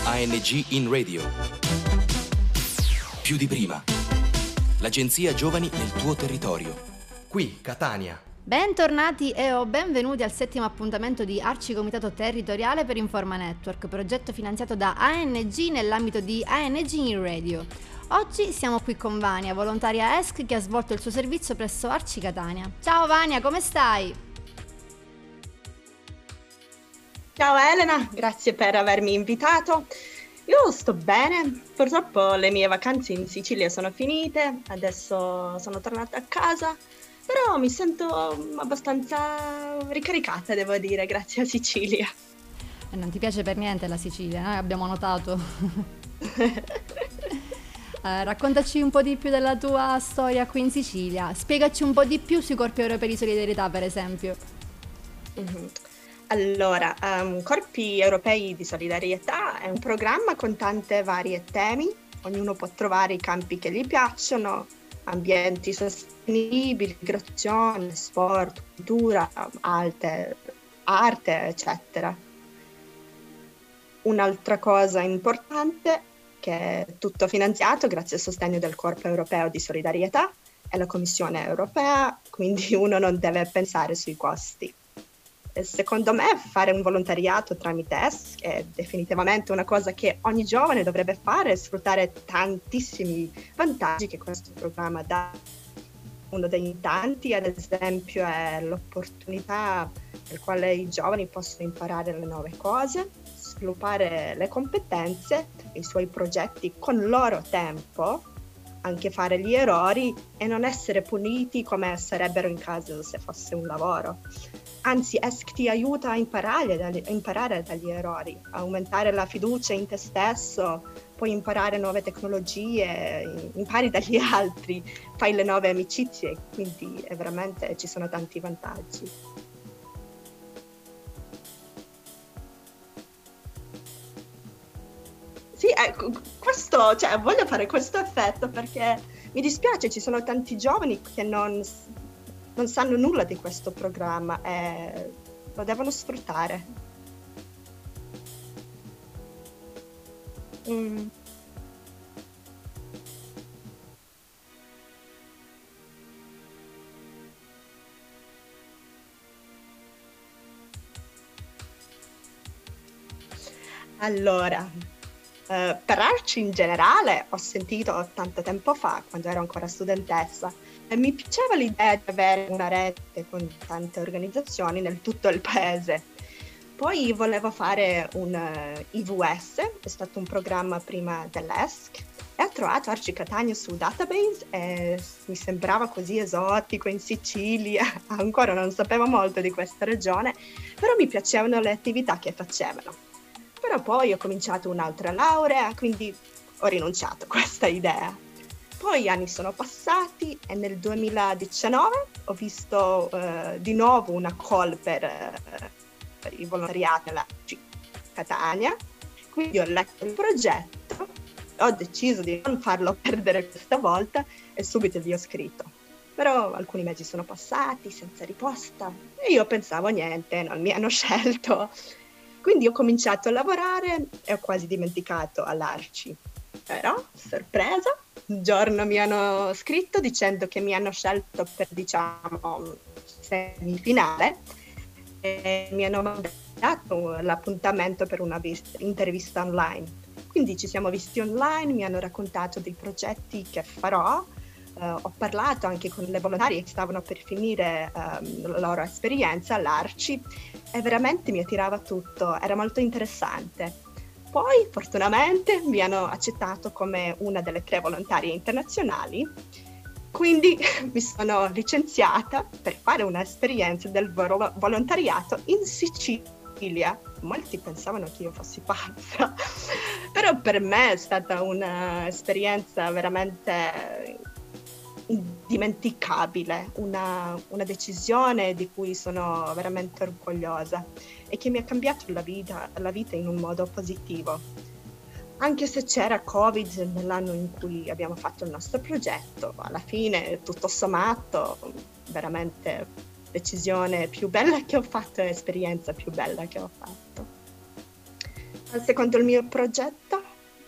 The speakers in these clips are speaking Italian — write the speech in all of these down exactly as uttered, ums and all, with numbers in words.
A N G in Radio. Più di prima. L'agenzia Giovani nel tuo territorio. Qui, Catania. Bentornati e o benvenuti al settimo appuntamento di Arci Comitato Territoriale per Informa Network, progetto finanziato da A N G nell'ambito di A N G in Radio. Oggi siamo qui con Vania, volontaria E S C che ha svolto il suo servizio presso Arci Catania. Ciao Vania, come stai? Ciao Elena, grazie per avermi invitato. Io sto bene, purtroppo le mie vacanze in Sicilia sono finite, adesso sono tornata a casa, però mi sento abbastanza ricaricata, devo dire, grazie a Sicilia. E non ti piace per niente la Sicilia, noi abbiamo notato. eh, raccontaci un po' di più della tua storia qui in Sicilia, spiegaci un po' di più sui corpi europei di solidarietà, per esempio. Mm-hmm. Allora, um, Corpi Europei di Solidarietà è un programma con tante varie temi, ognuno può trovare i campi che gli piacciono, ambienti sostenibili, migrazione, sport, cultura, arte, arte, eccetera. Un'altra cosa importante, che è tutto finanziato grazie al sostegno del Corpo Europeo di Solidarietà, è la Commissione Europea, quindi uno non deve pensare sui costi. Secondo me fare un volontariato tramite E S C è definitivamente una cosa che ogni giovane dovrebbe fare e sfruttare tantissimi vantaggi che questo programma dà. Uno dei tanti, ad esempio, è l'opportunità per quale i giovani possono imparare le nuove cose, sviluppare le competenze, i suoi progetti con il loro tempo, anche fare gli errori e non essere puniti come sarebbero in caso se fosse un lavoro. Anzi, E S C ti aiuta a imparare, dagli, a imparare dagli errori, a aumentare la fiducia in te stesso, puoi imparare nuove tecnologie, impari dagli altri, fai le nuove amicizie, quindi è veramente ci sono tanti vantaggi. Sì, ecco, questo, cioè, voglio fare questo effetto perché mi dispiace, ci sono tanti giovani che non, non sanno nulla di questo programma e lo devono sfruttare. Mm. Allora, Uh, per Arci in generale ho sentito tanto tempo fa, quando ero ancora studentessa, e mi piaceva l'idea di avere una rete con tante organizzazioni nel tutto il paese. Poi volevo fare un uh, I V S, è stato un programma prima dell'E S C, e ho trovato Arci Catania su database e mi sembrava così esotico in Sicilia, ancora non sapevo molto di questa regione, però mi piacevano le attività che facevano. Però poi ho cominciato un'altra laurea, quindi ho rinunciato a questa idea. Poi gli anni sono passati e nel duemiladiciannove ho visto eh, di nuovo una call per, eh, per il volontariato alla Catania, quindi ho letto il progetto, ho deciso di non farlo perdere questa volta e subito vi ho scritto. Però alcuni mesi sono passati senza risposta e io pensavo niente, non mi hanno scelto. Quindi ho cominciato a lavorare e ho quasi dimenticato all'Arci. Però, sorpresa, un giorno mi hanno scritto dicendo che mi hanno scelto per, diciamo, semifinale e mi hanno mandato l'appuntamento per una vis- intervista online. Quindi ci siamo visti online, mi hanno raccontato dei progetti che farò. Uh, ho parlato anche con le volontarie che stavano per finire um, la loro esperienza all'Arci e veramente mi attirava tutto, era molto interessante. Poi fortunatamente mi hanno accettato come una delle tre volontarie internazionali, quindi mi sono licenziata per fare un'esperienza del vol- volontariato in Sicilia. Molti pensavano che io fossi pazza, però per me è stata un'esperienza veramente indimenticabile, una, una decisione di cui sono veramente orgogliosa e che mi ha cambiato la vita, la vita in un modo positivo. Anche se c'era Covid nell'anno in cui abbiamo fatto il nostro progetto, alla fine tutto sommato veramente decisione più bella che ho fatto e esperienza più bella che ho fatto. Secondo il mio progetto,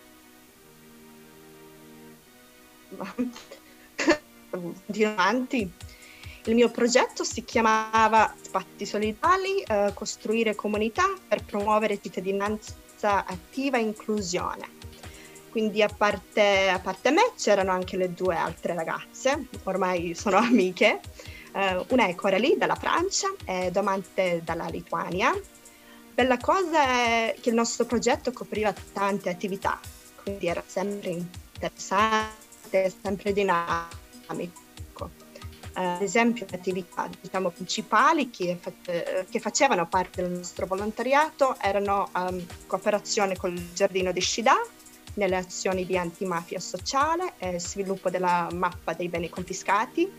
continuo avanti. Il mio progetto si chiamava Spazi Solidali, eh, costruire comunità per promuovere cittadinanza attiva e inclusione. Quindi a parte, a parte me c'erano anche le due altre ragazze, ormai sono amiche, eh, una è Coralie dalla Francia e Domante dalla Lituania. Bella cosa è che il nostro progetto copriva tante attività, quindi era sempre interessante, sempre dinamico. Uh, ad esempio, le attività diciamo, principali che, fa- che facevano parte del nostro volontariato erano um, cooperazione col Giardino di Shida nelle azioni di antimafia sociale e sviluppo della mappa dei beni confiscati,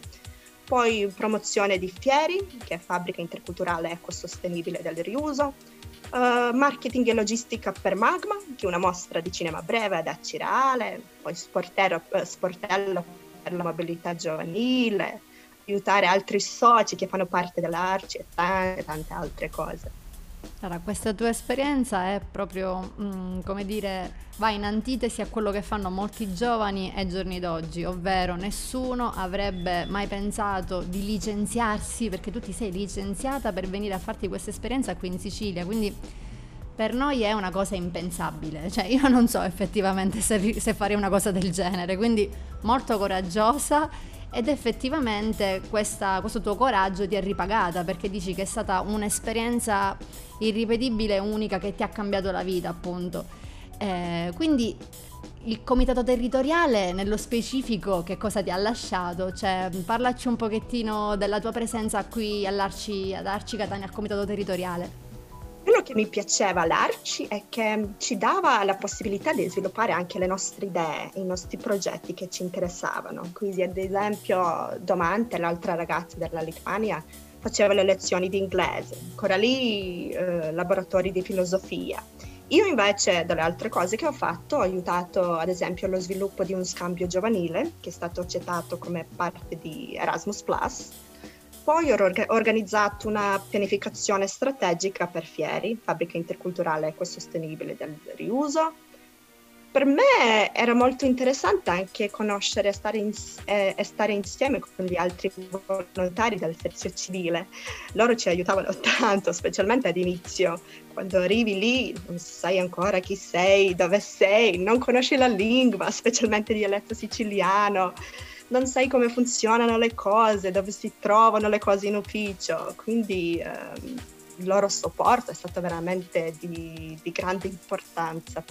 poi promozione di Fieri, che è fabbrica interculturale ecosostenibile del riuso, uh, marketing e logistica per Magma, che è una mostra di cinema breve ad Acireale, poi sportello, uh, sportello per la mobilità giovanile, aiutare altri soci che fanno parte dell'Arci e tante, tante altre cose. Allora, questa tua esperienza è proprio, mm, come dire, va in antitesi a quello che fanno molti giovani ai giorni d'oggi, ovvero nessuno avrebbe mai pensato di licenziarsi, perché tu ti sei licenziata per venire a farti questa esperienza qui in Sicilia, quindi per noi è una cosa impensabile, cioè io non so effettivamente se, se farei una cosa del genere, quindi molto coraggiosa. Ed effettivamente questa, questo tuo coraggio ti è ripagata, perché dici che è stata un'esperienza irripetibile e unica che ti ha cambiato la vita, appunto. Eh, quindi il comitato territoriale nello specifico che cosa ti ha lasciato? Cioè, parlaci un pochettino della tua presenza qui all'Arci, ad Arci Catania, al comitato territoriale. Quello che mi piaceva all'Arci è che ci dava la possibilità di sviluppare anche le nostre idee, i nostri progetti che ci interessavano. Quindi ad esempio Domante, l'altra ragazza della Lituania, faceva le lezioni di inglese, Coralie eh, laboratori di filosofia. Io invece, dalle altre cose che ho fatto, ho aiutato ad esempio lo sviluppo di un scambio giovanile che è stato accettato come parte di Erasmus plus. Poi ho orga- organizzato una pianificazione strategica per Fieri, fabbrica interculturale ecosostenibile del riuso. Per me era molto interessante anche conoscere e stare, in- e, e stare insieme con gli altri volontari del servizio civile. Loro ci aiutavano tanto, specialmente ad inizio. Quando arrivi lì non sai ancora chi sei, dove sei, non conosci la lingua, specialmente il dialetto siciliano. Non sai come funzionano le cose, dove si trovano le cose in ufficio, quindi ehm, il loro supporto è stato veramente di, di grande importanza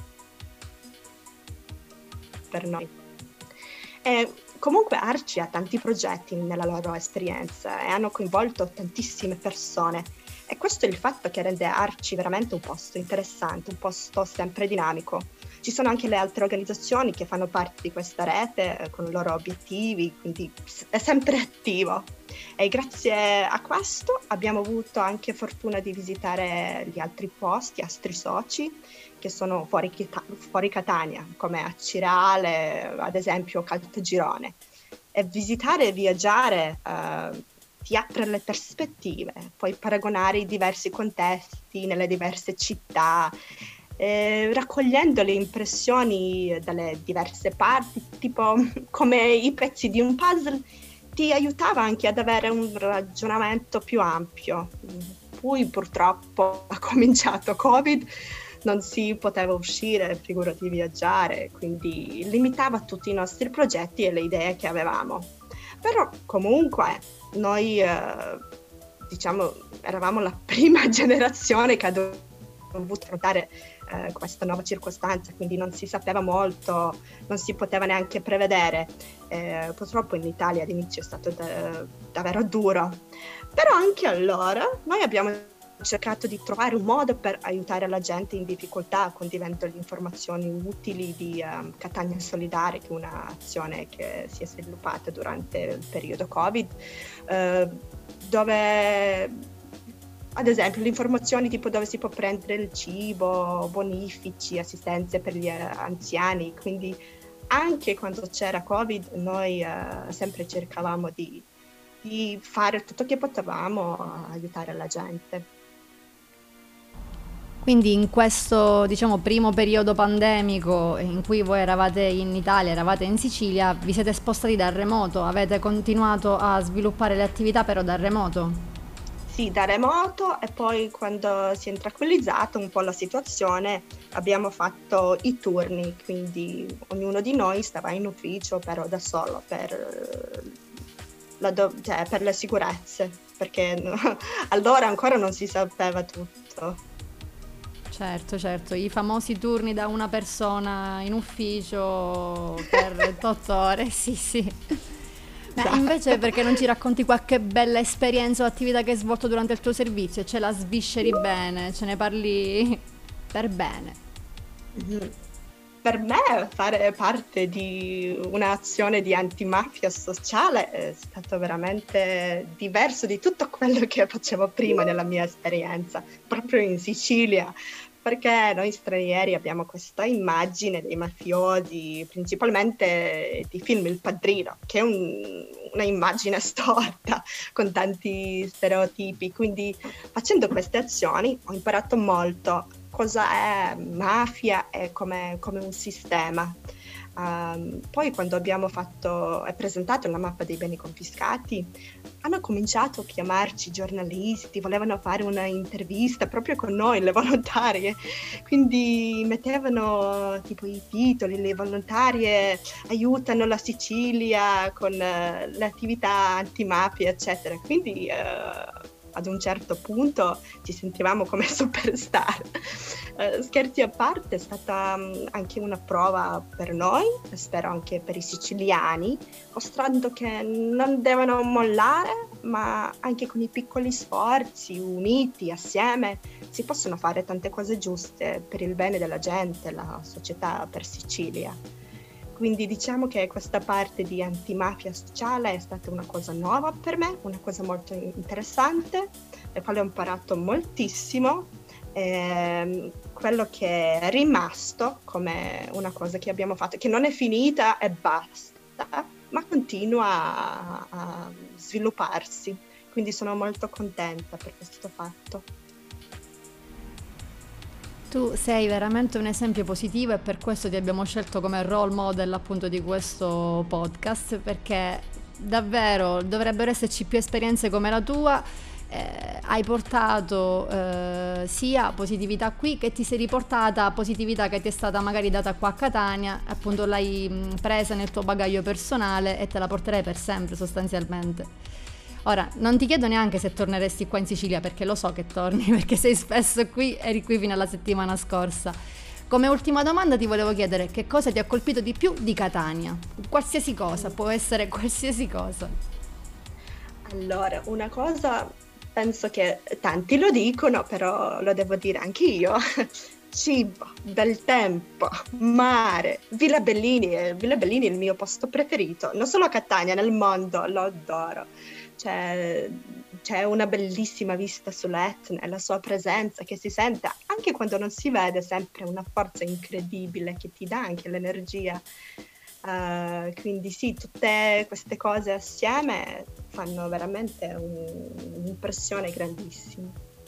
per noi. E comunque Arci ha tanti progetti nella loro esperienza e hanno coinvolto tantissime persone e questo è il fatto che rende Arci veramente un posto interessante, un posto sempre dinamico. Ci sono anche le altre organizzazioni che fanno parte di questa rete eh, con i loro obiettivi, quindi è sempre attivo. E grazie a questo abbiamo avuto anche fortuna di visitare gli altri posti, altri soci, che sono fuori, fuori Catania, come Acireale, ad esempio Caltagirone. E visitare e viaggiare eh, ti apre le prospettive, puoi paragonare i diversi contesti nelle diverse città, Eh, raccogliendo le impressioni dalle diverse parti, tipo come i pezzi di un puzzle, ti aiutava anche ad avere un ragionamento più ampio. Poi purtroppo ha cominciato Covid, non si poteva uscire, figurati viaggiare, quindi limitava tutti i nostri progetti e le idee che avevamo. Però comunque noi, eh, diciamo, eravamo la prima generazione che ha dovuto affrontare eh, questa nuova circostanza, quindi non si sapeva molto, non si poteva neanche prevedere. Eh, purtroppo in Italia all'inizio è stato da, davvero duro, però anche allora noi abbiamo cercato di trovare un modo per aiutare la gente in difficoltà, condividendo le informazioni utili di um, Catania Solidare, che è un'azione che si è sviluppata durante il periodo Covid, eh, dove ad esempio le informazioni tipo dove si può prendere il cibo, bonifici, assistenze per gli anziani, quindi anche quando c'era Covid noi eh, sempre cercavamo di, di fare tutto che potevamo a aiutare la gente. Quindi in questo, diciamo, primo periodo pandemico in cui voi eravate in Italia, eravate in Sicilia, vi siete spostati da remoto, avete continuato a sviluppare le attività però da remoto? Sì, da remoto, e poi quando si è tranquillizzata un po' la situazione abbiamo fatto i turni, quindi ognuno di noi stava in ufficio però da solo per, la do- cioè, per le sicurezze, perché allora ancora non si sapeva tutto. Certo, certo, i famosi turni da una persona in ufficio per otto ore, sì, sì. Beh, Esatto. invece perché non ci racconti qualche bella esperienza o attività che hai svolto durante il tuo servizio? Ce la svisceri bene, ce ne parli per bene. Mhm. Per me fare parte di un'azione di antimafia sociale è stato veramente diverso di tutto quello che facevo prima nella mia esperienza, proprio in Sicilia, perché noi stranieri abbiamo questa immagine dei mafiosi, principalmente di film Il Padrino, che è un, una immagine storta con tanti stereotipi. Quindi facendo queste azioni ho imparato molto cosa è mafia e come, come un sistema. Um, poi quando abbiamo fatto e presentato la mappa dei beni confiscati, hanno cominciato a chiamarci giornalisti, volevano fare una intervista proprio con noi, le volontarie, quindi mettevano tipo i titoli, le volontarie aiutano la Sicilia con uh, le attività antimafia, eccetera. Quindi uh, ad un certo punto ci sentivamo come superstar. Uh, scherzi a parte, è stata um, anche una prova per noi, e spero anche per i siciliani, mostrando che non devono mollare, ma anche con i piccoli sforzi, uniti, assieme, si possono fare tante cose giuste per il bene della gente, la società, per Sicilia. Quindi diciamo che questa parte di antimafia sociale è stata una cosa nuova per me, una cosa molto interessante, e quale ho imparato moltissimo. E quello che è rimasto come una cosa che abbiamo fatto, che non è finita e basta, ma continua a, a svilupparsi. Quindi sono molto contenta per questo fatto. Tu sei veramente un esempio positivo e per questo ti abbiamo scelto come role model appunto di questo podcast, perché davvero dovrebbero esserci più esperienze come la tua. Eh, hai portato eh, sia positività qui, che ti sei riportata positività che ti è stata magari data qua a Catania, appunto l'hai mh, presa nel tuo bagaglio personale e te la porterai per sempre sostanzialmente. Ora, non ti chiedo neanche se torneresti qua in Sicilia, perché lo so che torni, perché sei spesso qui, eri qui fino alla settimana scorsa. Come ultima domanda ti volevo chiedere che cosa ti ha colpito di più di Catania? Qualsiasi cosa, può essere qualsiasi cosa. Allora, una cosa, penso che tanti lo dicono, però lo devo dire anche io. Cibo, bel tempo, mare, Villa Bellini. Villa Bellini è il mio posto preferito, non solo a Catania, nel mondo, lo adoro. C'è, c'è una bellissima vista sull'Etna e la sua presenza che si sente anche quando non si vede, sempre una forza incredibile che ti dà anche l'energia. Uh, quindi sì, tutte queste cose assieme fanno veramente un, un'impressione grandissima.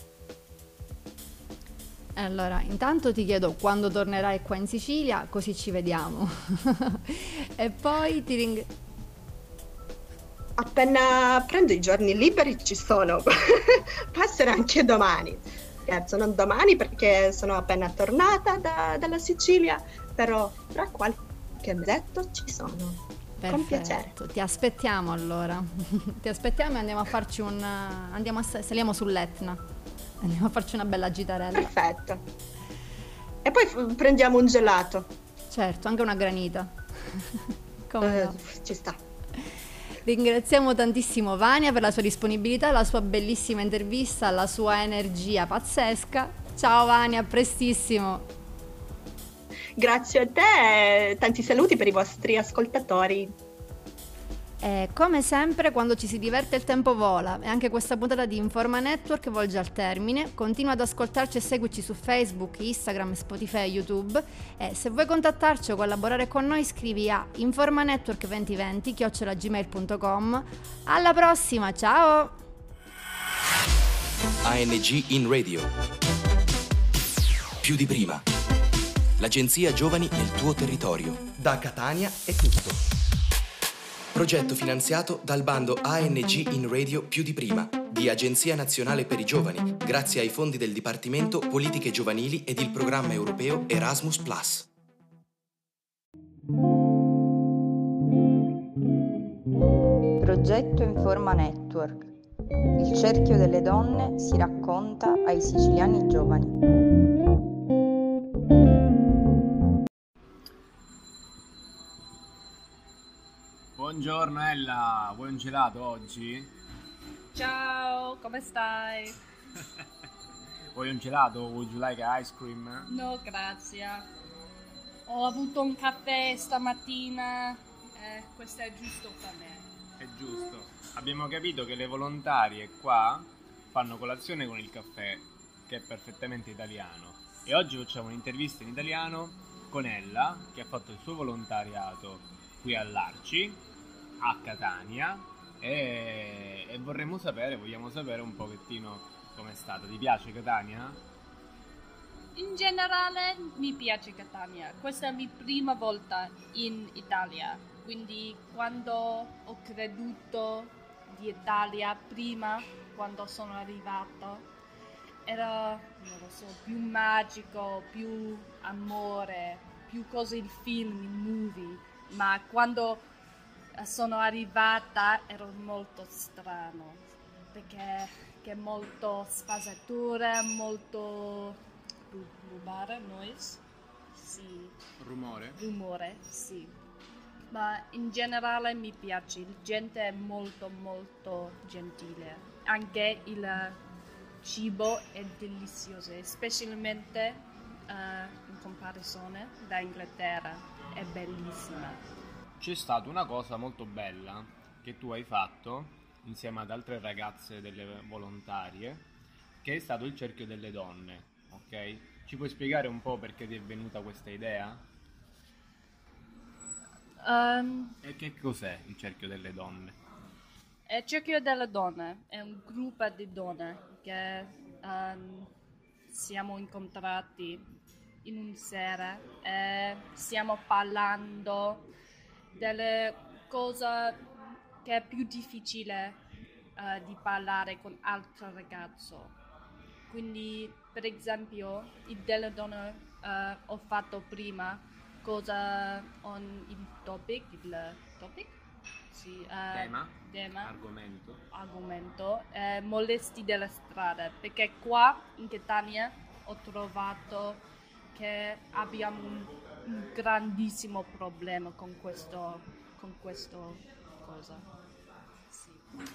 Allora, intanto ti chiedo quando tornerai qua in Sicilia, così ci vediamo. E poi ti ringrazio. Appena prendo i giorni liberi ci sono, può essere anche domani. Scherzo, non domani perché sono appena tornata da, dalla Sicilia, però tra qualche mesetto ci sono. Perfetto. Con piacere. Ti aspettiamo allora. Ti aspettiamo e andiamo a farci un andiamo a saliamo sull'Etna. Andiamo a farci una bella gitarella. Perfetto. E poi f- prendiamo un gelato. Certo, anche una granita. Come Eh, no? ci sta. Ringraziamo tantissimo Vania per la sua disponibilità, la sua bellissima intervista, la sua energia pazzesca. Ciao Vania, a prestissimo. Grazie a te e tanti saluti per i vostri ascoltatori. E come sempre, quando ci si diverte il tempo vola, e anche questa puntata di Informa Network volge al termine. Continua ad ascoltarci e seguici su Facebook, Instagram, Spotify e YouTube, e se vuoi contattarci o collaborare con noi scrivi a informanetwork duemilaventi chiocciola gmail punto com. Alla prossima, ciao! A N G in Radio. più di prima. L'agenzia Giovani nel tuo territorio. Da Catania è tutto. Progetto finanziato dal bando A N G in Radio più di prima di Agenzia Nazionale per i Giovani, grazie ai fondi del Dipartimento Politiche Giovanili ed il programma europeo Erasmus plus. Progetto Informa Network. Il cerchio delle donne si racconta ai siciliani giovani. Buongiorno Ella, vuoi un gelato oggi? Ciao, come stai? Vuoi un gelato? Would you like ice cream? No, grazie. Ho avuto un caffè stamattina, eh, questo è giusto per me. È giusto. Abbiamo capito che le volontarie qua fanno colazione con il caffè, che è perfettamente italiano. E oggi facciamo un'intervista in italiano con Ella, che ha fatto il suo volontariato qui all'Arci, a Catania, e, e vorremmo sapere, vogliamo sapere un pochettino com'è stata. Ti piace Catania? In generale mi piace Catania, questa è la mia prima volta in Italia, quindi quando ho creduto di Italia prima, quando sono arrivato, era, non lo so, più magico, più amore, più cose il film, il movie, ma quando sono arrivata ero molto strano, perché che molto spazzatura, molto rubare, noise, sì. Rumore? Rumore, sì. Ma in generale mi piace, la gente è molto molto gentile, anche il cibo è delizioso, specialmente uh, in comparazione da Inghilterra, è bellissima. C'è stata una cosa molto bella che tu hai fatto insieme ad altre ragazze delle volontarie, che è stato il cerchio delle donne, ok? Ci puoi spiegare un po' perché ti è venuta questa idea? Um, E che cos'è il cerchio delle donne? Il cerchio delle donne è un gruppo di donne che um, siamo incontrati in una sera e stiamo parlando delle cose che è più difficile uh, di parlare con altro ragazzo. Quindi, per esempio, il delle donne uh, ho fatto prima cosa on il topic, il topic? Sì, uh, Tema? tema, Argomento? argomento, eh, molesti della strada, perché qua in Catania ho trovato che abbiamo un, un grandissimo problema con questo, con questo cosa. Sì.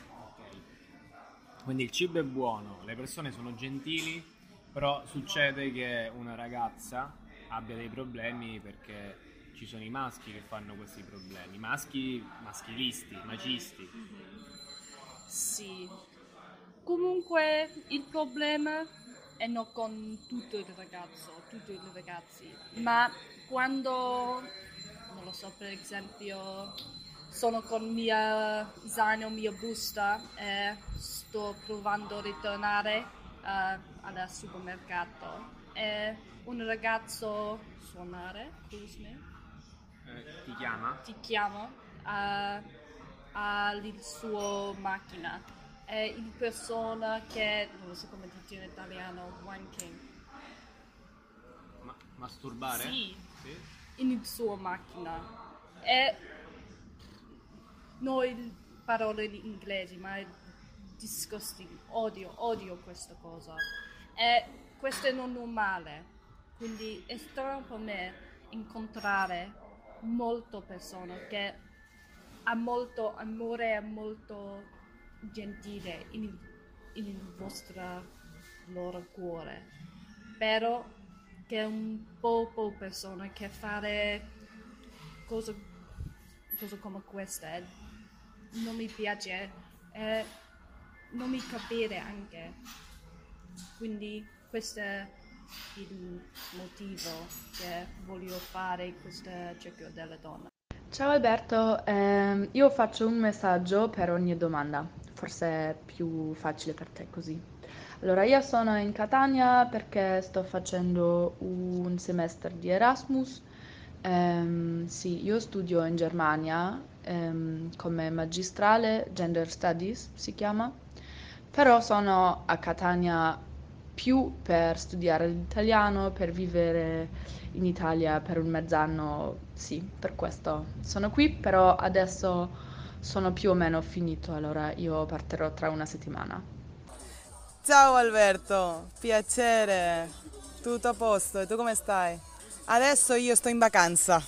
Ok. Quindi il cibo è buono, le persone sono gentili, però succede che una ragazza abbia dei problemi perché ci sono i maschi che fanno questi problemi, maschi maschilisti, macisti. Mm-hmm. Sì. Comunque il problema è non con tutto il ragazzo, tutti i ragazzi, ma quando, non lo so, per esempio sono con mia zaino, mia busta e sto provando a ritornare uh, al supermercato e un ragazzo suonare, scusami, Eh, ti chiama? ti chiama uh, alla sua macchina. È in persona che, non so come dire in italiano, wanking. Ma- masturbare? Sì, Sì. in sua macchina. E noi parole in inglese, ma è disgusting, odio, odio questa cosa. E questo è non normale, quindi è strano per me incontrare molte persone che ha molto amore e molto gentile in il, in il vostro loro cuore, però che un po' po' persone che fare cose, cose come queste non mi piace e non mi capire anche, quindi questo è il motivo che voglio fare questo cerchio delle donne. Ciao Alberto, ehm, io faccio un messaggio per ogni domanda, forse è più facile per te così. Allora, io sono in Catania perché sto facendo un semestre di Erasmus. Ehm, sì, io studio in Germania, ehm, come magistrale, Gender Studies si chiama, però sono a Catania più per studiare l'italiano, per vivere in Italia per un mezz'anno, sì, per questo sono qui, però adesso sono più o meno finito, allora io partirò tra una settimana. Ciao Alberto, piacere, tutto a posto, e tu come stai? Adesso io sto in vacanza.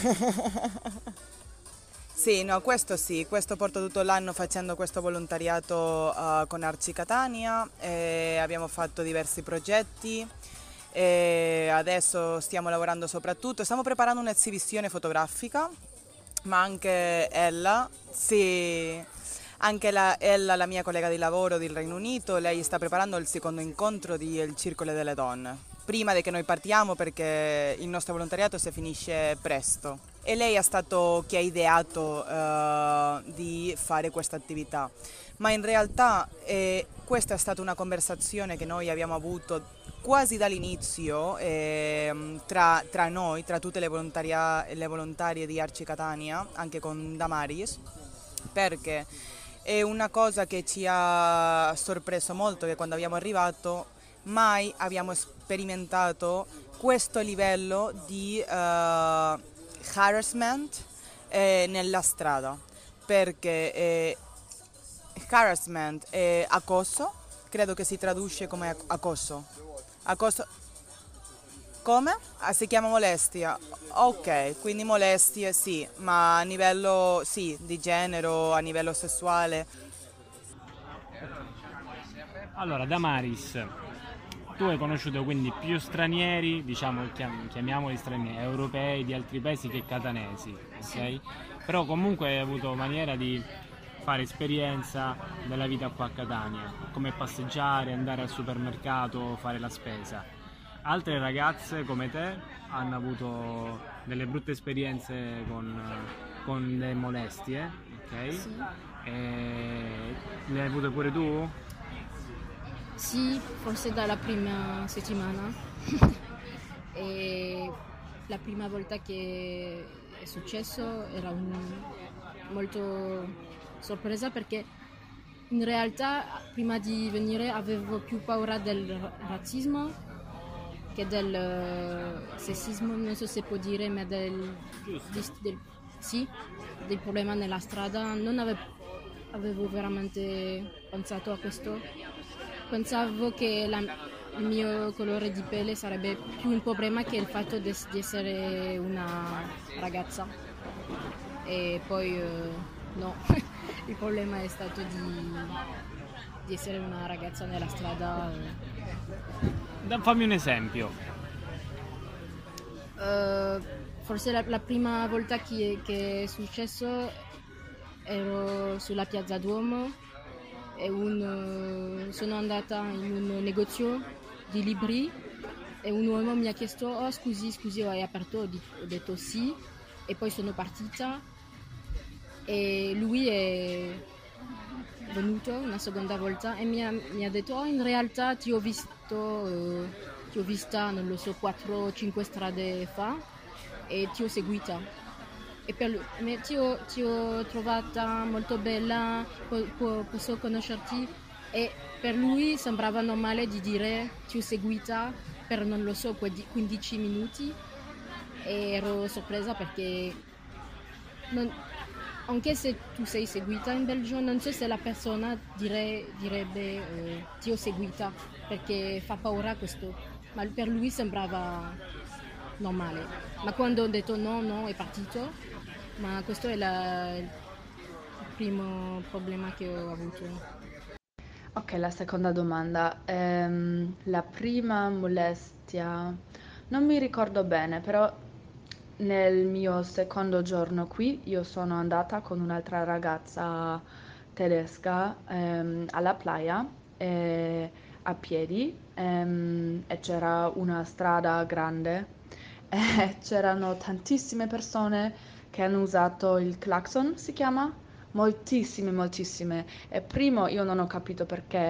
Sì, no, questo sì, questo porto tutto l'anno facendo questo volontariato uh, con Arci Catania e abbiamo fatto diversi progetti e adesso stiamo lavorando soprattutto, stiamo preparando un'esibizione fotografica, ma anche Ella, sì, anche la, Ella, la mia collega di lavoro del Regno Unito, lei sta preparando il secondo incontro del Circolo delle Donne, prima di che noi partiamo perché il nostro volontariato si finisce presto. E lei è stato chi ha ideato uh, di fare questa attività, ma in realtà eh, questa è stata una conversazione che noi abbiamo avuto quasi dall'inizio eh, tra, tra noi, tra tutte le, volontaria, le volontarie di Arci Catania, anche con Damaris, perché è una cosa che ci ha sorpreso molto, che quando abbiamo arrivato mai abbiamo sperimentato questo livello di uh, harassment eh, nella strada, perché eh, harassment è acoso, credo che si traduce come acoso. Acoso come? Ah, si chiama molestia. Ok, quindi molestie sì, ma a livello sì, di genere, a livello sessuale. Allora, Damaris, tu hai conosciuto quindi più stranieri, diciamo, chiamiamoli stranieri, europei di altri paesi che catanesi, ok? Però comunque hai avuto maniera di fare esperienza della vita qua a Catania, come passeggiare, andare al supermercato, fare la spesa. Altre ragazze come te hanno avuto delle brutte esperienze con, con le molestie, ok? Sì. E le hai avute pure tu? Sì, forse dalla prima settimana. E la prima volta che è successo era un, molto sorpresa perché in realtà prima di venire avevo più paura del razzismo che del sessismo, non so se può dire, ma del, del, sì, del problema nella strada. Non avevo, avevo veramente pensato a questo. Pensavo che la, il mio colore di pelle sarebbe più un problema che il fatto di, di essere una ragazza. E poi eh, no, il problema è stato di, di essere una ragazza nella strada. Fammi un esempio. Uh, forse la, la prima volta che, che è successo ero sulla Piazza Duomo e un, sono andata in un negozio di libri e un uomo mi ha chiesto oh scusi scusi hai aperto, ho detto sì e poi sono partita e lui è venuto una seconda volta e mi ha, mi ha detto oh in realtà ti ho visto eh, ti ho vista non lo so quattro o cinque strade fa e ti ho seguita e per lui, ti, ho, ti ho trovata molto bella, po, po, posso conoscerti e per lui sembrava normale di dire ti ho seguita per non lo so quindici minuti e ero sorpresa perché non, anche se tu sei seguita in Belgio non so se la persona dire, direbbe eh, ti ho seguita perché fa paura questo, ma per lui sembrava normale, ma quando ho detto no no è partito, ma questo è la, il primo problema che ho avuto. Ok, la seconda domanda. Ehm, la prima molestia non mi ricordo bene, però nel mio secondo giorno qui io sono andata con un'altra ragazza tedesca ehm, alla playa eh, a piedi ehm, e c'era una strada grande e c'erano tantissime persone che hanno usato il clacson, si chiama? Moltissime, moltissime. E primo io non ho capito perché,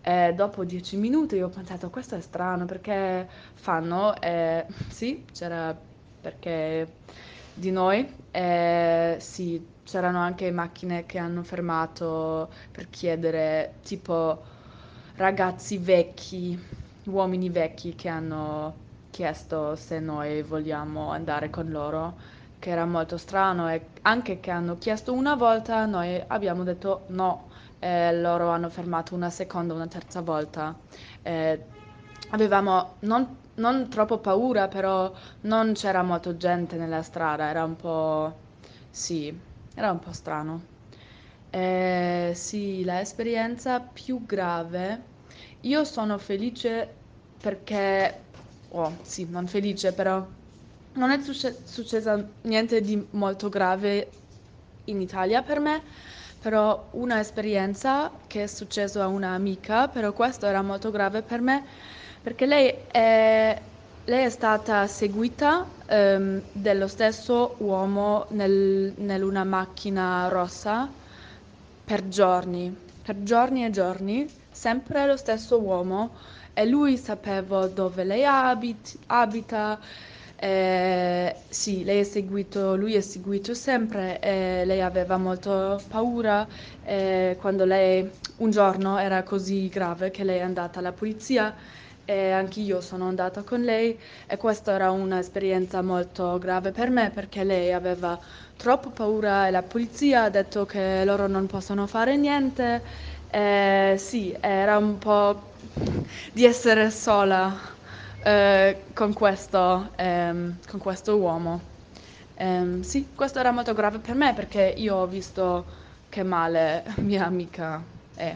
E dopo dieci minuti io ho pensato, questo è strano perché fanno, e sì, c'era perché di noi, e sì, c'erano anche macchine che hanno fermato per chiedere, tipo ragazzi vecchi, uomini vecchi che hanno chiesto se noi vogliamo andare con loro, che era molto strano e anche che hanno chiesto una volta, noi abbiamo detto no e loro hanno fermato una seconda, una terza volta. Eh, avevamo non, non troppo paura, però non c'era molta gente nella strada, era un po'... sì, era un po' strano. Eh, sì, l'esperienza più grave, io sono felice perché, oh sì, non felice, però non è succe- successo niente di molto grave in Italia per me, però una esperienza che è successa a un'amica, però questo era molto grave per me, perché lei è, lei è stata seguita ehm, dello stesso uomo nel- in una macchina rossa per giorni, per giorni e giorni, sempre lo stesso uomo e lui sapeva dove lei abit- abita. Eh, sì, lei è seguito, lui è seguito sempre e lei aveva molto paura eh, quando lei un giorno era così grave che lei è andata alla polizia e anche io sono andata con lei e questa era un'esperienza molto grave per me perché lei aveva troppo paura e la polizia ha detto che loro non possono fare niente. Eh, sì, era un po' di essere sola eh, con questo, ehm, con questo uomo. Ehm, sì, questo era molto grave per me perché io ho visto che male mia amica è.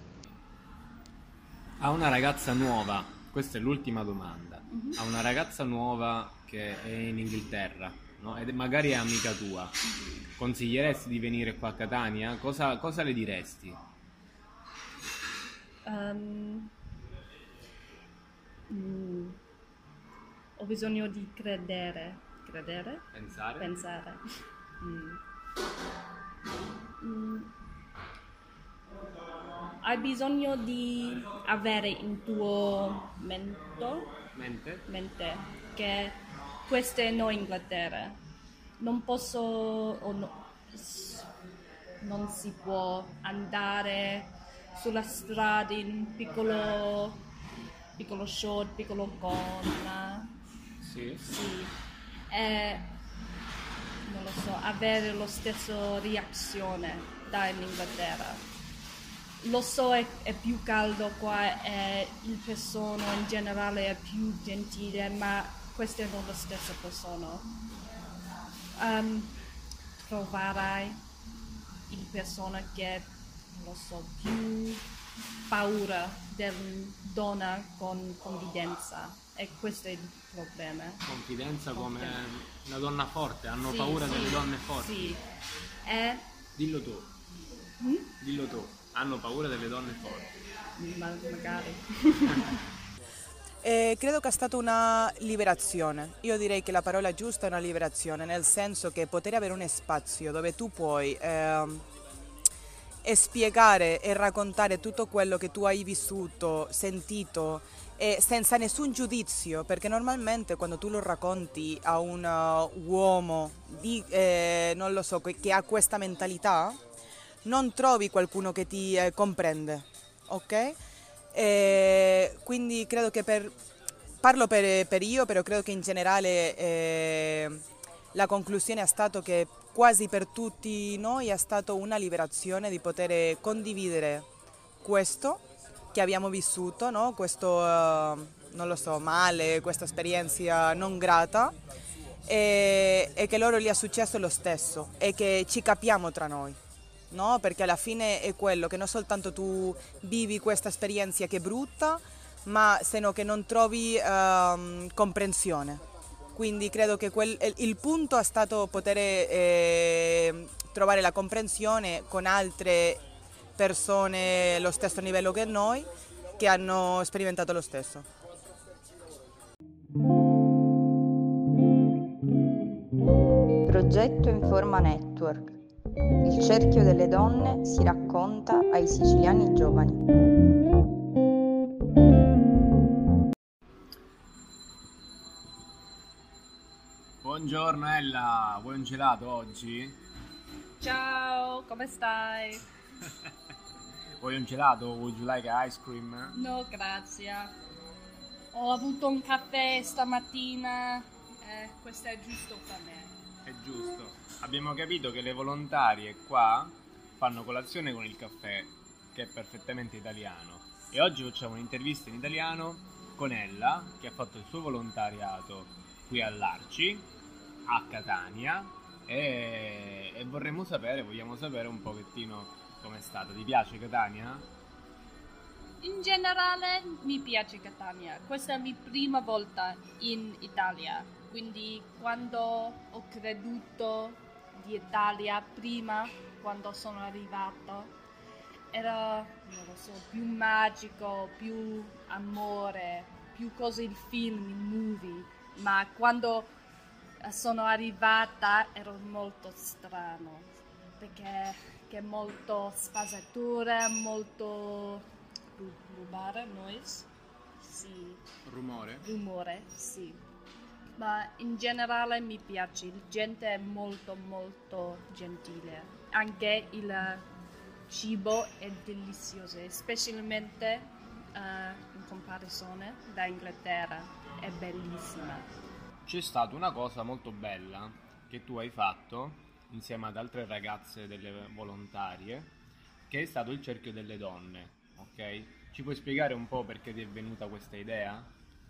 A una ragazza nuova, questa è l'ultima domanda, Mhm. a una ragazza nuova che è in Inghilterra, no? Ed magari è amica tua, consiglieresti di venire qua a Catania? Cosa, cosa le diresti? Ehm, mm, ho bisogno di credere, credere? Pensare? Pensare. Mm. Mm. Hai bisogno di avere in tuo mento, Mente? mente che questa è no Inghilterra. Non posso o no, s- non si può andare sulla strada in un piccolo piccolo short, piccolo con Sì. sì. E non lo so, avere lo stesso reazione da in Inghilterra. Lo so, è, è più caldo qua e il persona in generale è più gentile, ma questa non è la stessa persona. Um, troverai il persona che, non lo so, più paura della donna con confidenza e questo è il problema. Confidenza come una donna forte, hanno Sì, paura sì, delle donne forti. Sì. E Dillo tu, mm? dillo tu, hanno paura delle donne forti. Ma- magari. E credo che è stata una liberazione. Io direi che la parola giusta è una liberazione, nel senso che poter avere uno spazio dove tu puoi ehm, e spiegare e raccontare tutto quello che tu hai vissuto, sentito e senza nessun giudizio, perché normalmente quando tu lo racconti a un uh, uomo di, eh, non lo so, che che ha questa mentalità, non trovi qualcuno che ti eh, comprende, ok? E quindi credo che per, parlo per, per io, però credo che in generale eh, la conclusione è stato che quasi per tutti noi è stata una liberazione di poter condividere questo che abbiamo vissuto, no? Questo, eh, non lo so, male, questa esperienza non grata e, e che loro gli è successo lo stesso e che ci capiamo tra noi. No? Perché alla fine è quello che non soltanto tu vivi questa esperienza che è brutta, ma se no che non trovi ehm, comprensione. Quindi credo che quel, il punto è stato poter eh, trovare la comprensione con altre persone allo stesso livello che noi, che hanno sperimentato lo stesso. Progetto Informa Network. Il cerchio delle donne si racconta ai siciliani giovani. Buongiorno Ella, vuoi un gelato oggi? Ciao, come stai? Vuoi un gelato? Would you like ice cream? No, grazie. Ho avuto un caffè stamattina, eh, questo è giusto per me. È giusto. Abbiamo capito che le volontarie qua fanno colazione con il caffè, che è perfettamente italiano. E oggi facciamo un'intervista in italiano con Ella, che ha fatto il suo volontariato qui all'Arci, a Catania, e, e vorremmo sapere, vogliamo sapere un pochettino com'è stata. Ti piace Catania? In generale mi piace Catania, questa è la mia prima volta in Italia, quindi quando ho creduto di Italia prima, quando sono arrivato, era, non lo so, più magico, più amore, più cose il film, il movie, ma quando sono arrivata ero molto strano, perché che è molto spazzatura, molto rubare, noise, sì. Rumore? Rumore, sì. Ma in generale mi piace, la gente è molto molto gentile, anche il cibo è delizioso, specialmente uh, in comparazione da Inghilterra, è bellissima. C'è stata una cosa molto bella che tu hai fatto insieme ad altre ragazze delle volontarie, che è stato il cerchio delle donne, ok? Ci puoi spiegare un po' perché ti è venuta questa idea?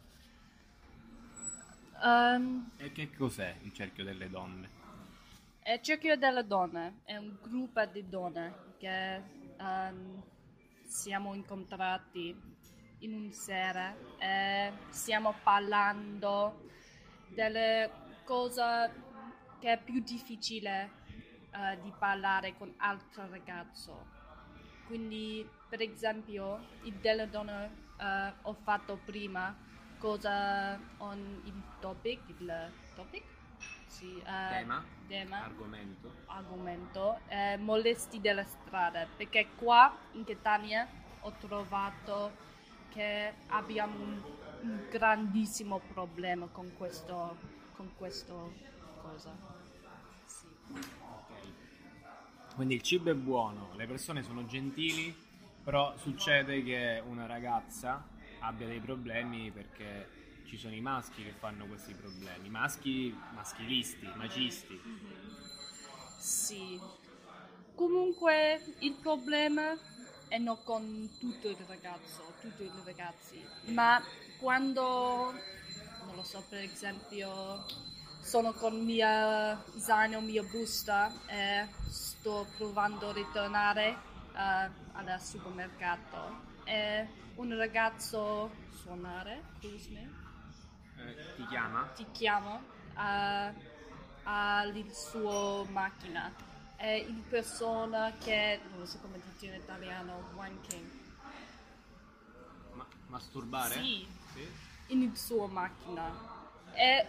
Um, e che cos'è il cerchio delle donne? Il cerchio delle donne è un gruppo di donne che um, siamo incontrati in una sera e stiamo parlando delle cose che è più difficile uh, di parlare con altro ragazzo. Quindi, per esempio, il delle donne uh, ho fatto prima cosa on il topic, il topic? Sì, uh, tema, tema, argomento, argomento eh, molesti della strada, perché qua in Catania ho trovato che abbiamo un, un grandissimo problema con questo, con questo cosa. Sì. Okay. Quindi il cibo è buono, le persone sono gentili, però succede che una ragazza abbia dei problemi perché ci sono i maschi che fanno questi problemi, maschi maschilisti, macisti. Sì. Comunque il problema è non con tutto il ragazzo, tutti i ragazzi, ma quando, non lo so, per esempio sono con mia zaino, mia busta e sto provando a ritornare uh, al supermercato e un ragazzo suonare, scusami, Eh, ti chiama? ti chiama uh, alla sua macchina. È il persona che, non lo so come dire in italiano, wanking. Ma- masturbare? Sì, Sì. in sua macchina. E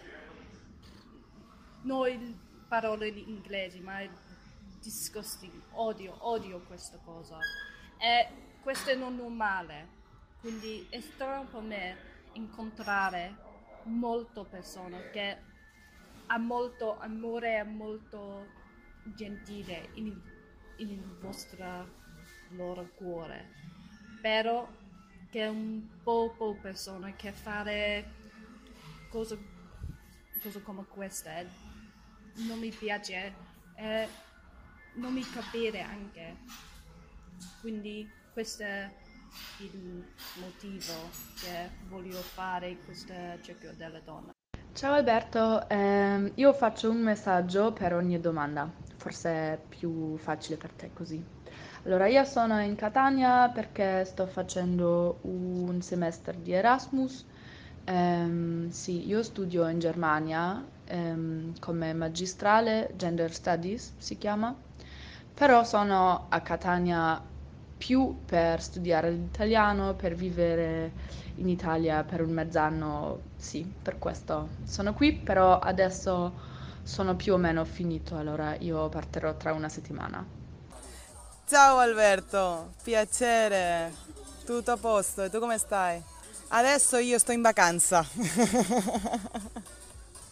noi parole in inglese, ma è disgusting, odio, odio questa cosa. E questo è non normale, quindi è strano per me incontrare molte persone che ha molto amore e molto gentile in il, in il vostro loro cuore, però che è un po' po' persone che fare cose, cose come queste non mi piace e non mi capire anche, quindi questo è il motivo che voglio fare questo cerchio delle donne. Ciao Alberto, ehm, io faccio un messaggio per ogni domanda, forse è più facile per te così. Allora, io sono in Catania perché sto facendo un semestre di Erasmus. Ehm, sì, io studio in Germania ehm, come magistrale, Gender Studies si chiama, però sono a Catania più per studiare l'italiano, per vivere in Italia per un mezz'anno, sì, per questo sono qui, però adesso sono più o meno finito, allora io partirò tra una settimana. Ciao Alberto, piacere, tutto a posto, e tu come stai? Adesso io sto in vacanza.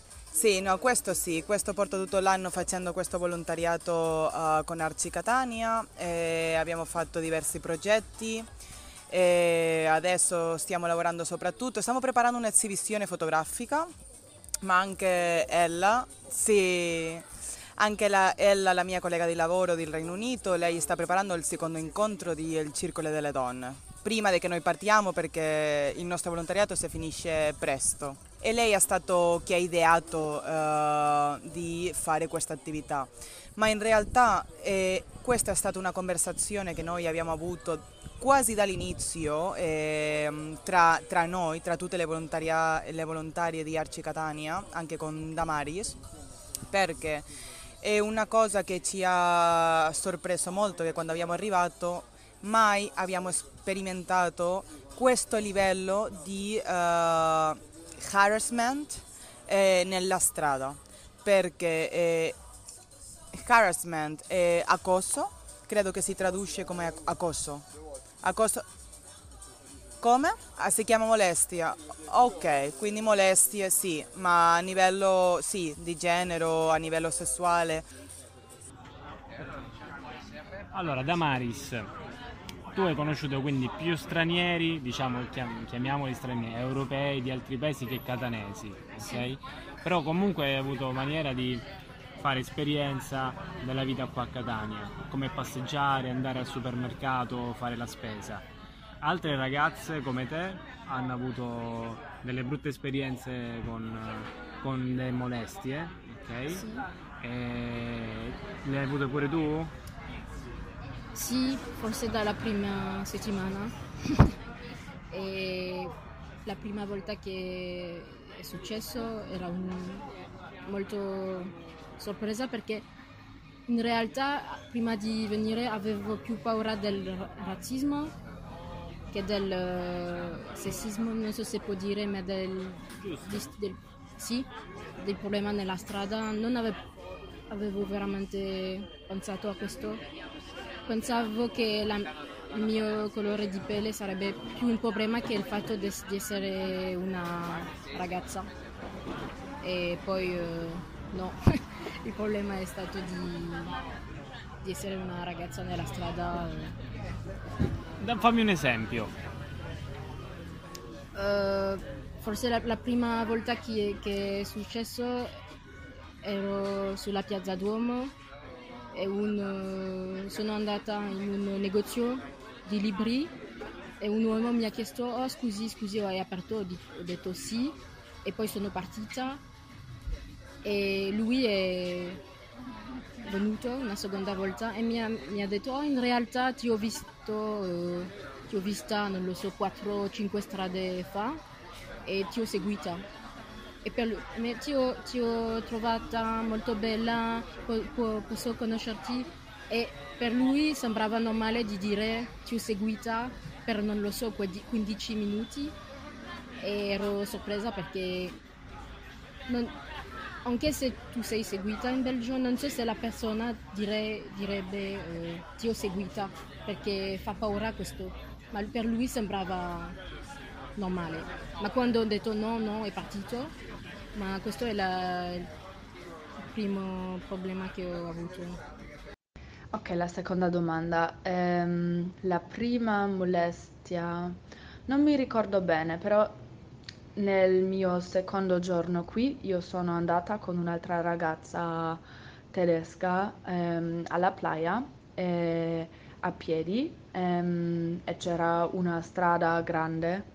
Sì, no, questo sì, questo porto tutto l'anno facendo questo volontariato uh, con Arci Catania, e abbiamo fatto diversi progetti e adesso stiamo lavorando soprattutto, stiamo preparando un'esibizione fotografica, ma anche Ella, sì, anche la, Ella, la mia collega di lavoro del Regno Unito, lei sta preparando il secondo incontro del Circolo delle Donne, prima di che noi partiamo perché il nostro volontariato si finisce presto. E lei è stato chi ha ideato uh, di fare questa attività, ma in realtà eh, questa è stata una conversazione che noi abbiamo avuto quasi dall'inizio eh, tra, tra noi, tra tutte le, volontaria, le volontarie di Arci Catania, anche con Damaris, perché è una cosa che ci ha sorpreso molto, che quando abbiamo arrivato mai abbiamo sperimentato questo livello di uh, harassment eh, nella strada, perché eh, harassment è acoso, credo che si traduce come acoso. Acoso come? Ah, si chiama molestia. Ok, quindi molestie sì, ma a livello sì, di genere, a livello sessuale. Allora, Damaris, tu hai conosciuto quindi più stranieri, diciamo, chiam- chiamiamoli stranieri, europei di altri paesi che catanesi, ok? Sì. Però comunque hai avuto maniera di fare esperienza della vita qua a Catania, come passeggiare, andare al supermercato, fare la spesa. Altre ragazze come te hanno avuto delle brutte esperienze con, con le molestie, ok? Sì. E le hai avute pure tu? Sì, forse dalla prima settimana. E la prima volta che è successo era un, molto sorpresa perché in realtà prima di venire avevo più paura del razzismo che del uh, sessismo, non so se può dire, ma del, del, sì, del problema nella strada. Non avevo, avevo veramente pensato a questo. Pensavo che la, il mio colore di pelle sarebbe più un problema che il fatto di, di essere una ragazza. E poi uh, no, il problema è stato di, di essere una ragazza nella strada. Da, fammi un esempio. Uh, forse la, la prima volta che, che è successo ero sulla Piazza Duomo. E un, sono andata in un negozio di libri e un uomo mi ha chiesto oh scusi scusi hai aperto, ho detto sì e poi sono partita e lui è venuto una seconda volta e mi ha, mi ha detto oh in realtà ti ho visto eh, ti ho vista non lo so quattro cinque strade fa e ti ho seguita. E per lui, ti ho, ti ho trovata molto bella, po, po, posso conoscerti? E per lui sembrava normale di dire ti ho seguita per non lo so quindici minuti e ero sorpresa perché non, anche se tu sei seguita in Belgio non so se la persona dire, direbbe eh, ti ho seguita perché fa paura questo, ma per lui sembrava normale, ma quando ho detto no no è partito. Ma questo è la, il primo problema che ho avuto. Ok, la seconda domanda. Ehm, la prima molestia, non mi ricordo bene, però nel mio secondo giorno qui io sono andata con un'altra ragazza tedesca ehm, alla playa eh, a piedi ehm, e c'era una strada grande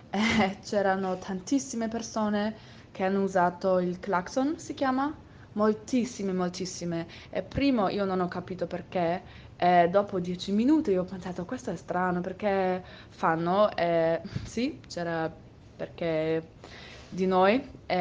e c'erano tantissime persone che hanno usato il clacson, si chiama? Moltissime, moltissime. E primo io non ho capito perché, e dopo dieci minuti io ho pensato questo è strano, perché fanno? E sì, c'era perché di noi,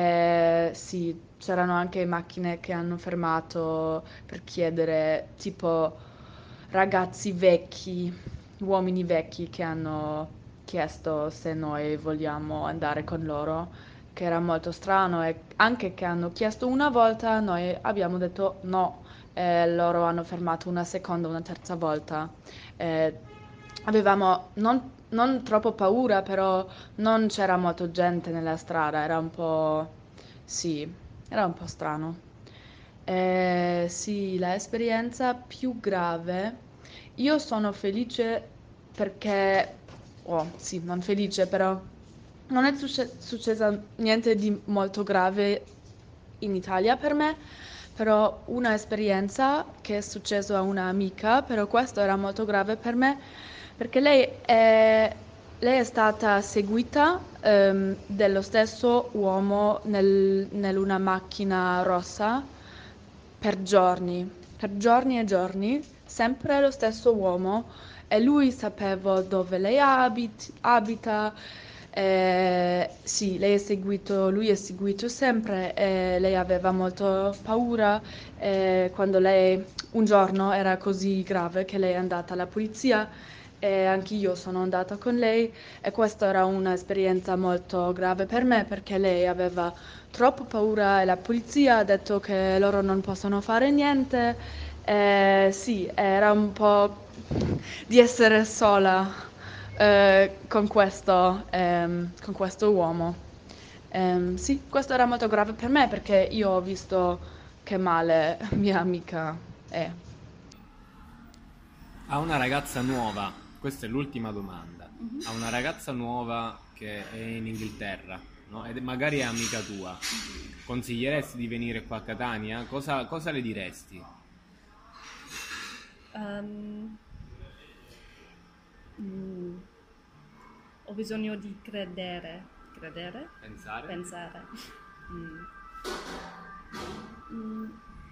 e sì, c'erano anche macchine che hanno fermato per chiedere, tipo ragazzi vecchi, uomini vecchi che hanno chiesto se noi vogliamo andare con loro che era molto strano e anche che hanno chiesto una volta, noi abbiamo detto no, e loro hanno fermato una seconda, una terza volta. Eh, avevamo non, non troppo paura, però non c'era molta gente nella strada, era un po', sì, era un po' strano. Eh, sì, l'esperienza più grave. Io sono felice perché, oh sì, non felice, però non è succe- successo niente di molto grave in Italia per me, però una esperienza che è successa a un'amica, però questo era molto grave per me perché lei è, lei è stata seguita ehm, dallo stesso uomo nel- nell'una macchina rossa per giorni, per giorni e giorni, sempre lo stesso uomo e lui sapeva dove lei abit- abita, eh, sì, lei è seguito, lui è seguito sempre e lei aveva molto paura e quando lei un giorno era così grave che lei è andata alla polizia e anche io sono andata con lei e questa era un'esperienza molto grave per me perché lei aveva troppo paura e la polizia ha detto che loro non possono fare niente. Eh, sì, era un po' di essere sola eh, con questo, ehm, con questo uomo. Ehm, sì, questo era molto grave per me perché io ho visto che male mia amica è. A una ragazza nuova, questa è l'ultima domanda, a una ragazza nuova che è in Inghilterra, no? Ed magari è amica tua, consiglieresti di venire qua a Catania? Cosa, cosa le diresti? Um, mm, ho bisogno di credere, credere? Pensare? Pensare. Mm. Mm.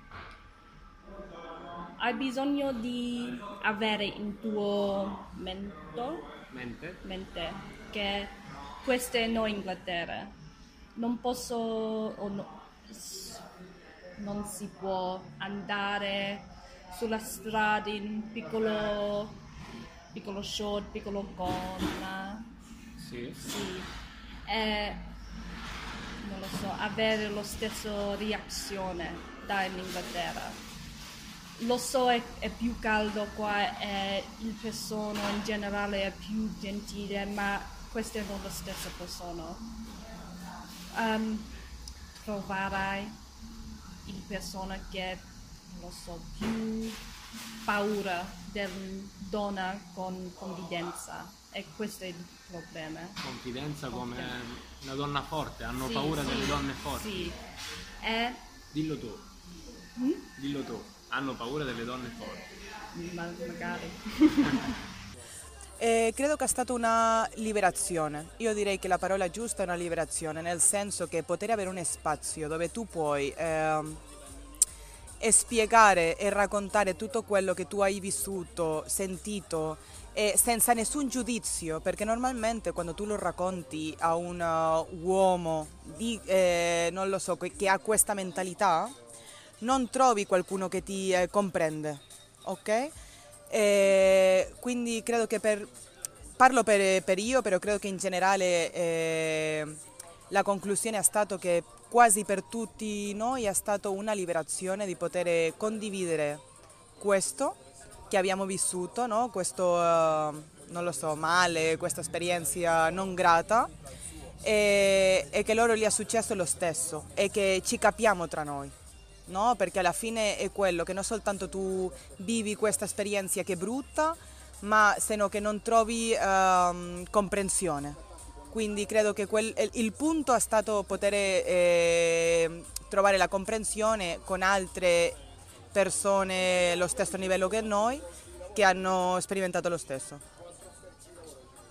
Hai bisogno di avere in tuo mento, Mente? mente che questa è no Inghilterra. Non posso o no, s- non si può andare sulla strada in un piccolo piccolo short, piccolo con Sì. sì, e non lo so, avere lo stesso reazione da in Inghilterra. Lo so, è, è più caldo qua e il persona in generale è più gentile, ma questa non è la stessa persona. Um, troverai il persona che, non lo so, più paura della donna con confidenza e questo è il problema. Confidenza come una donna forte, hanno Sì, paura sì, delle donne forti. Sì. E Dillo tu, mm? dillo tu, hanno paura delle donne forti. Ma- magari. Eh, credo che è stata una liberazione. Io direi che la parola giusta è una liberazione, nel senso che poter avere un spazio dove tu puoi ehm, e spiegare e raccontare tutto quello che tu hai vissuto, sentito, e senza nessun giudizio, perché normalmente quando tu lo racconti a un uh, uomo di, eh, non lo so, che che ha questa mentalità, non trovi qualcuno che ti eh, comprende, ok? E quindi credo che per, parlo per, per io, però credo che in generale eh, la conclusione è stato che quasi per tutti noi è stata una liberazione di poter condividere questo che abbiamo vissuto, no? Questo, eh, non lo so, male, questa esperienza non grata e, e che loro gli è successo lo stesso e che ci capiamo tra noi. No? Perché alla fine è quello che non soltanto tu vivi questa esperienza che è brutta, ma se no che non trovi ehm, comprensione. Quindi credo che quel, il punto è stato poter eh, trovare la comprensione con altre persone allo stesso livello che noi che hanno sperimentato lo stesso.